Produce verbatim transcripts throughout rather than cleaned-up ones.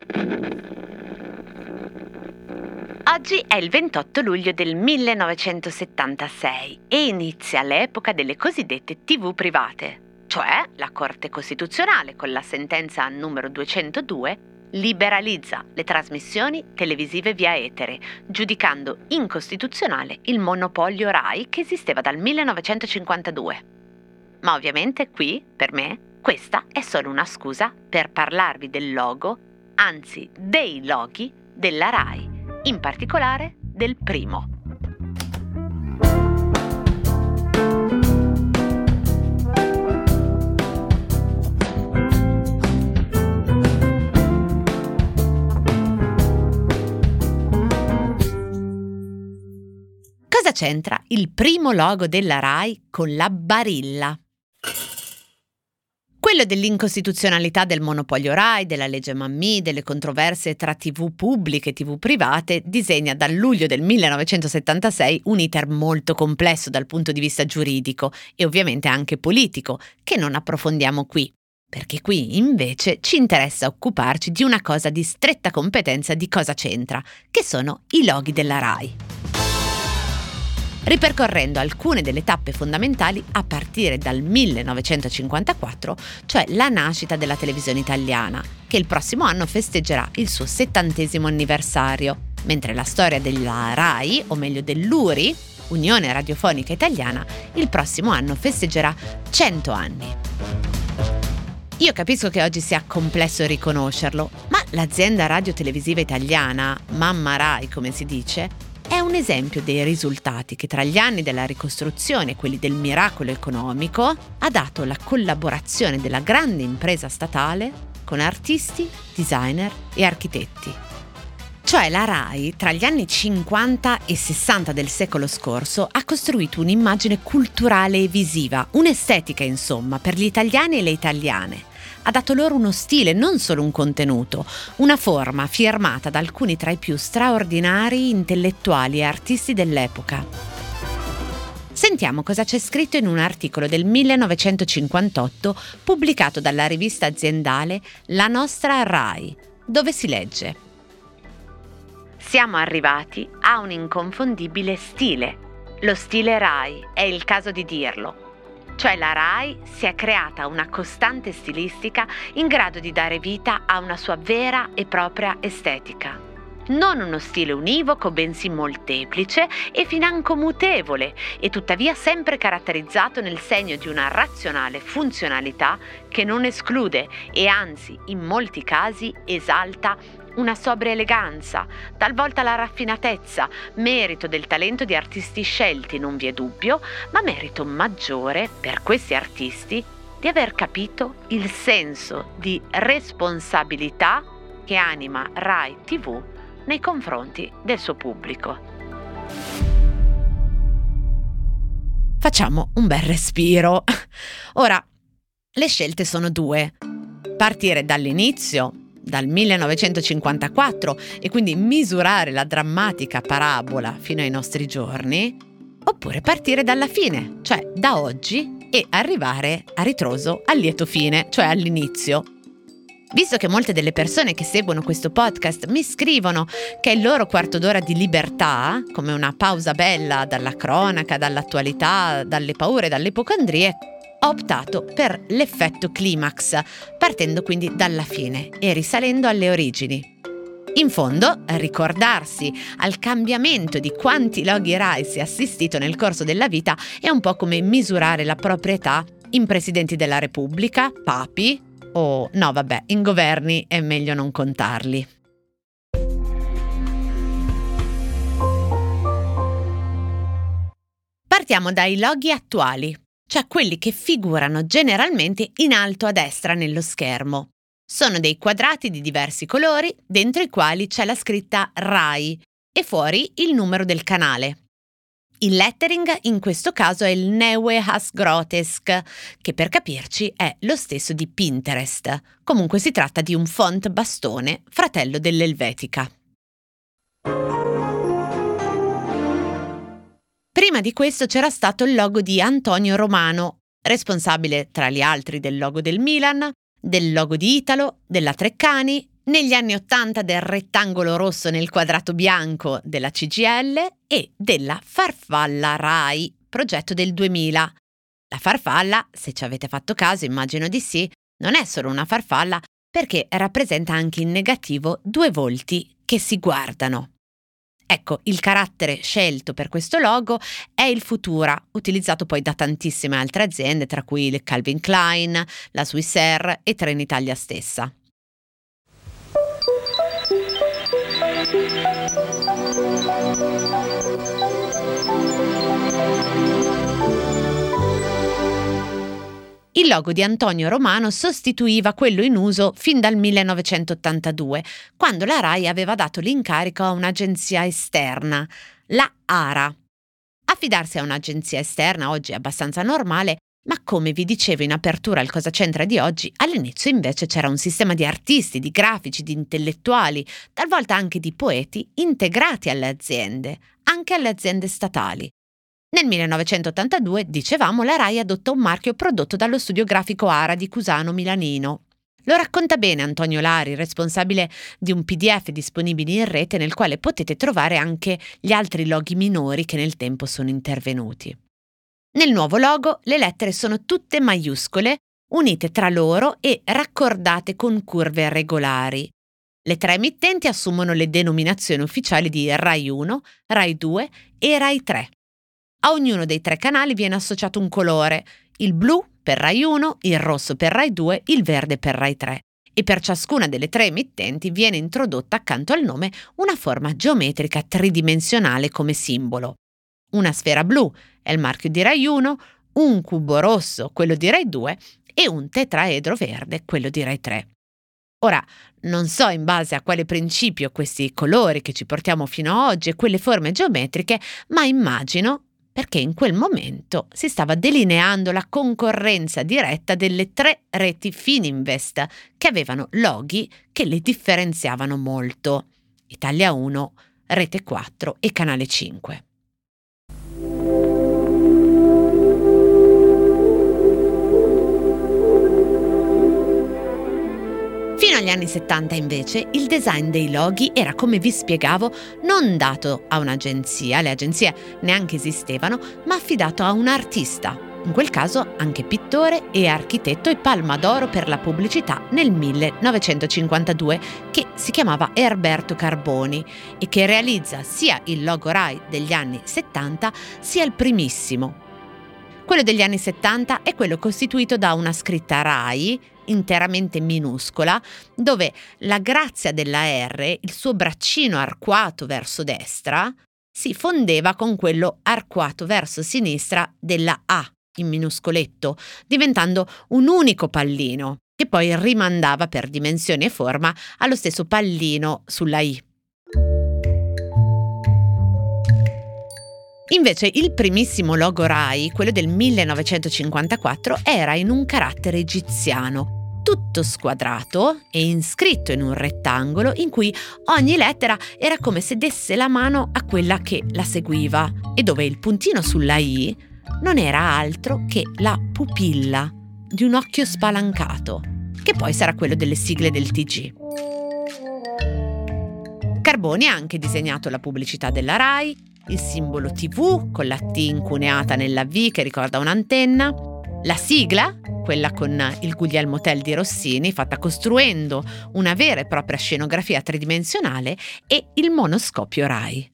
Oggi è il ventotto luglio del millenovecentosettantasei e inizia l'epoca delle cosiddette tivù private, cioè la Corte Costituzionale con la sentenza numero duecentodue liberalizza le trasmissioni televisive via etere, giudicando incostituzionale il monopolio Rai che esisteva dal millenovecentocinquantadue. Ma ovviamente qui, per me, questa è solo una scusa per parlarvi del logo, anzi dei loghi della Rai, in particolare del primo. Cosa c'entra il primo logo della Rai con la Barilla? Quello dell'incostituzionalità del monopolio Rai, della legge Mammì, delle controversie tra tivù pubbliche e tivù private disegna dal luglio del millenovecentosettantasei un iter molto complesso dal punto di vista giuridico e ovviamente anche politico, che non approfondiamo qui, perché qui invece ci interessa occuparci di una cosa di stretta competenza di Cosa c'entra, che sono i loghi della Rai. Ripercorrendo alcune delle tappe fondamentali a partire dal millenovecentocinquantaquattro, cioè la nascita della televisione italiana, che il prossimo anno festeggerà il suo settantesimo anniversario, mentre la storia della Rai, o meglio dell'U R I, Unione Radiofonica Italiana, il prossimo anno festeggerà cento anni. Io capisco che oggi sia complesso riconoscerlo, ma l'azienda radiotelevisiva italiana, Mamma Rai come si dice, è un esempio dei risultati che tra gli anni della ricostruzione e quelli del miracolo economico ha dato la collaborazione della grande impresa statale con artisti, designer e architetti. Cioè la Rai, tra gli anni cinquanta e sessanta del secolo scorso, ha costruito un'immagine culturale e visiva, un'estetica insomma, per gli italiani e le italiane. Ha dato loro uno stile, non solo un contenuto, una forma firmata da alcuni tra i più straordinari intellettuali e artisti dell'epoca. Sentiamo cosa c'è scritto in un articolo del millenovecentocinquantotto pubblicato dalla rivista aziendale La Nostra Rai, dove si legge: siamo arrivati a un inconfondibile stile. Lo stile Rai, è il caso di dirlo. Cioè la Rai si è creata una costante stilistica in grado di dare vita a una sua vera e propria estetica. Non uno stile univoco, bensì molteplice e financo mutevole, e tuttavia sempre caratterizzato nel segno di una razionale funzionalità che non esclude e anzi, in molti casi, esalta una sobria eleganza, talvolta la raffinatezza, merito del talento di artisti scelti, non vi è dubbio, ma merito maggiore per questi artisti di aver capito il senso di responsabilità che anima Rai tivù nei confronti del suo pubblico. Facciamo un bel respiro. Ora, le scelte sono due. Partire dall'inizio, dal millenovecentocinquantaquattro, e quindi misurare la drammatica parabola fino ai nostri giorni, oppure partire dalla fine, cioè da oggi, e arrivare a ritroso al lieto fine, cioè all'inizio. Visto che molte delle persone che seguono questo podcast mi scrivono che è il loro quarto d'ora di libertà, come una pausa bella dalla cronaca, dall'attualità, dalle paure, dalle ipocondrie, ho optato per l'effetto climax, partendo quindi dalla fine e risalendo alle origini. In fondo, ricordarsi al cambiamento di quanti loghi Rai si è assistito nel corso della vita è un po' come misurare la propria età in presidenti della Repubblica, papi o, no vabbè, in governi è meglio non contarli. Partiamo dai loghi attuali, cioè quelli che figurano generalmente in alto a destra nello schermo. Sono dei quadrati di diversi colori, dentro i quali c'è la scritta Rai e fuori il numero del canale. Il lettering in questo caso è il Neue Has Grotesk, che per capirci è lo stesso di Pinterest. Comunque si tratta di un font bastone, fratello dell'Elvetica. Prima di questo c'era stato il logo di Antonio Romano, responsabile tra gli altri del logo del Milan, del logo di Italo, della Treccani Negli anni ottanta del rettangolo rosso nel quadrato bianco della C G I L e della farfalla Rai, progetto del duemila. La farfalla, se ci avete fatto caso, immagino di sì, non è solo una farfalla perché rappresenta anche in negativo due volti che si guardano. Ecco, il carattere scelto per questo logo è il Futura, utilizzato poi da tantissime altre aziende, tra cui il Calvin Klein, la Swissair e Trenitalia stessa. Il logo di Antonio Romano sostituiva quello in uso fin dal millenovecentottantadue, quando la Rai aveva dato l'incarico a un'agenzia esterna, la ARA. Affidarsi a un'agenzia esterna oggi è abbastanza normale, ma come vi dicevo in apertura al Cosa c'entra di oggi, all'inizio invece c'era un sistema di artisti, di grafici, di intellettuali, talvolta anche di poeti, integrati alle aziende, anche alle aziende statali. Nel millenovecentottantadue, dicevamo, la Rai adotta un marchio prodotto dallo studio grafico ARA di Cusano Milanino. Lo racconta bene Antonio Lari, responsabile di un P D F disponibile in rete nel quale potete trovare anche gli altri loghi minori che nel tempo sono intervenuti. Nel nuovo logo le lettere sono tutte maiuscole, unite tra loro e raccordate con curve regolari. Le tre emittenti assumono le denominazioni ufficiali di Rai uno, Rai due e Rai tre. A ognuno dei tre canali viene associato un colore, il blu per Rai uno, il rosso per Rai due, il verde per Rai tre. E per ciascuna delle tre emittenti viene introdotta accanto al nome una forma geometrica tridimensionale come simbolo. Una sfera blu è il marchio di Rai uno, un cubo rosso quello di Rai due e un tetraedro verde quello di Rai tre. Ora, non so in base a quale principio questi colori che ci portiamo fino ad oggi e quelle forme geometriche, ma immagino perché in quel momento si stava delineando la concorrenza diretta delle tre reti Fininvest che avevano loghi che le differenziavano molto: Italia uno, Rete quattro e Canale cinque. Fino agli anni settanta invece il design dei loghi era, come vi spiegavo, non dato a un'agenzia, le agenzie neanche esistevano, ma affidato a un artista, in quel caso anche pittore e architetto e palma d'oro per la pubblicità nel millenovecentocinquantadue, che si chiamava Erberto Carboni e che realizza sia il logo Rai degli anni settanta sia il primissimo. Quello degli anni settanta è quello costituito da una scritta Rai interamente minuscola, dove la grazia della R, il suo braccino arcuato verso destra, si fondeva con quello arcuato verso sinistra della A in minuscoletto, diventando un unico pallino, che poi rimandava per dimensione e forma allo stesso pallino sulla I. Invece il primissimo logo Rai, quello del millenovecentocinquantaquattro, era in un carattere egiziano, tutto squadrato e inscritto in un rettangolo in cui ogni lettera era come se desse la mano a quella che la seguiva e dove il puntino sulla I non era altro che la pupilla di un occhio spalancato, che poi sarà quello delle sigle del T G. Carboni ha anche disegnato la pubblicità della Rai, il simbolo T V con la T incuneata nella V che ricorda un'antenna, la sigla, quella con il Guglielmo Tell di Rossini, fatta costruendo una vera e propria scenografia tridimensionale, e il monoscopio Rai.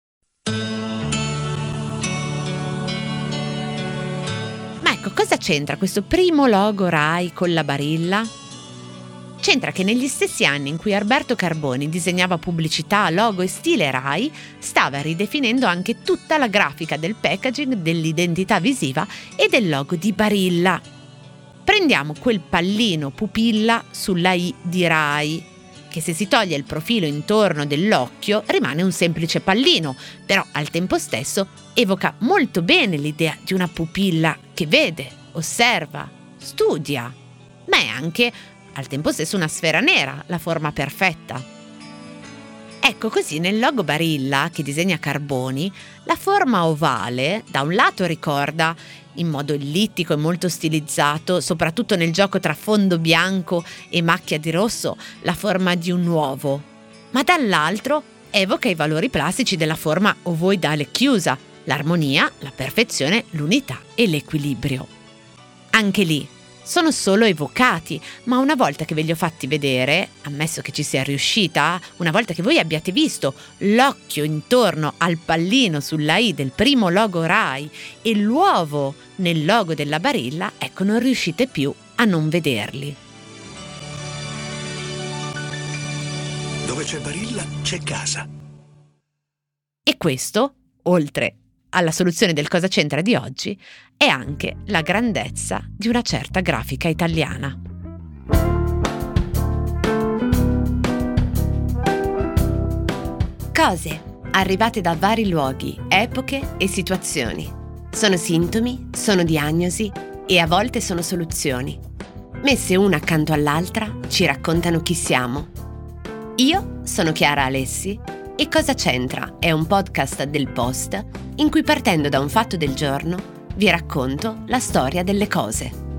Ma ecco, cosa c'entra questo primo logo Rai con la Barilla? C'entra che negli stessi anni in cui Erberto Carboni disegnava pubblicità, logo e stile Rai, stava ridefinendo anche tutta la grafica del packaging, dell'identità visiva e del logo di Barilla. Prendiamo quel pallino pupilla sulla I di Rai, che se si toglie il profilo intorno dell'occhio rimane un semplice pallino, però al tempo stesso evoca molto bene l'idea di una pupilla che vede, osserva, studia, ma è anche al tempo stesso una sfera nera, la forma perfetta. Ecco, così nel logo Barilla, che disegna Carboni, la forma ovale da un lato ricorda in modo ellittico e molto stilizzato, soprattutto nel gioco tra fondo bianco e macchia di rosso, la forma di un uovo, ma dall'altro evoca i valori plastici della forma ovoidale chiusa, l'armonia, la perfezione, l'unità e l'equilibrio. Anche lì sono solo evocati, ma una volta che ve li ho fatti vedere, ammesso che ci sia riuscita, una volta che voi abbiate visto l'occhio intorno al pallino sulla I del primo logo Rai e l'uovo nel logo della Barilla, ecco, non riuscite più a non vederli. Dove c'è Barilla, c'è casa. E questo, oltre alla soluzione del Cosa c'entra di oggi, è anche la grandezza di una certa grafica italiana. Cose arrivate da vari luoghi, epoche e situazioni. Sono sintomi, sono diagnosi e a volte sono soluzioni. Messe una accanto all'altra ci raccontano chi siamo. Io sono Chiara Alessi e Cosa c'entra è un podcast del Post in cui, partendo da un fatto del giorno, vi racconto la storia delle cose.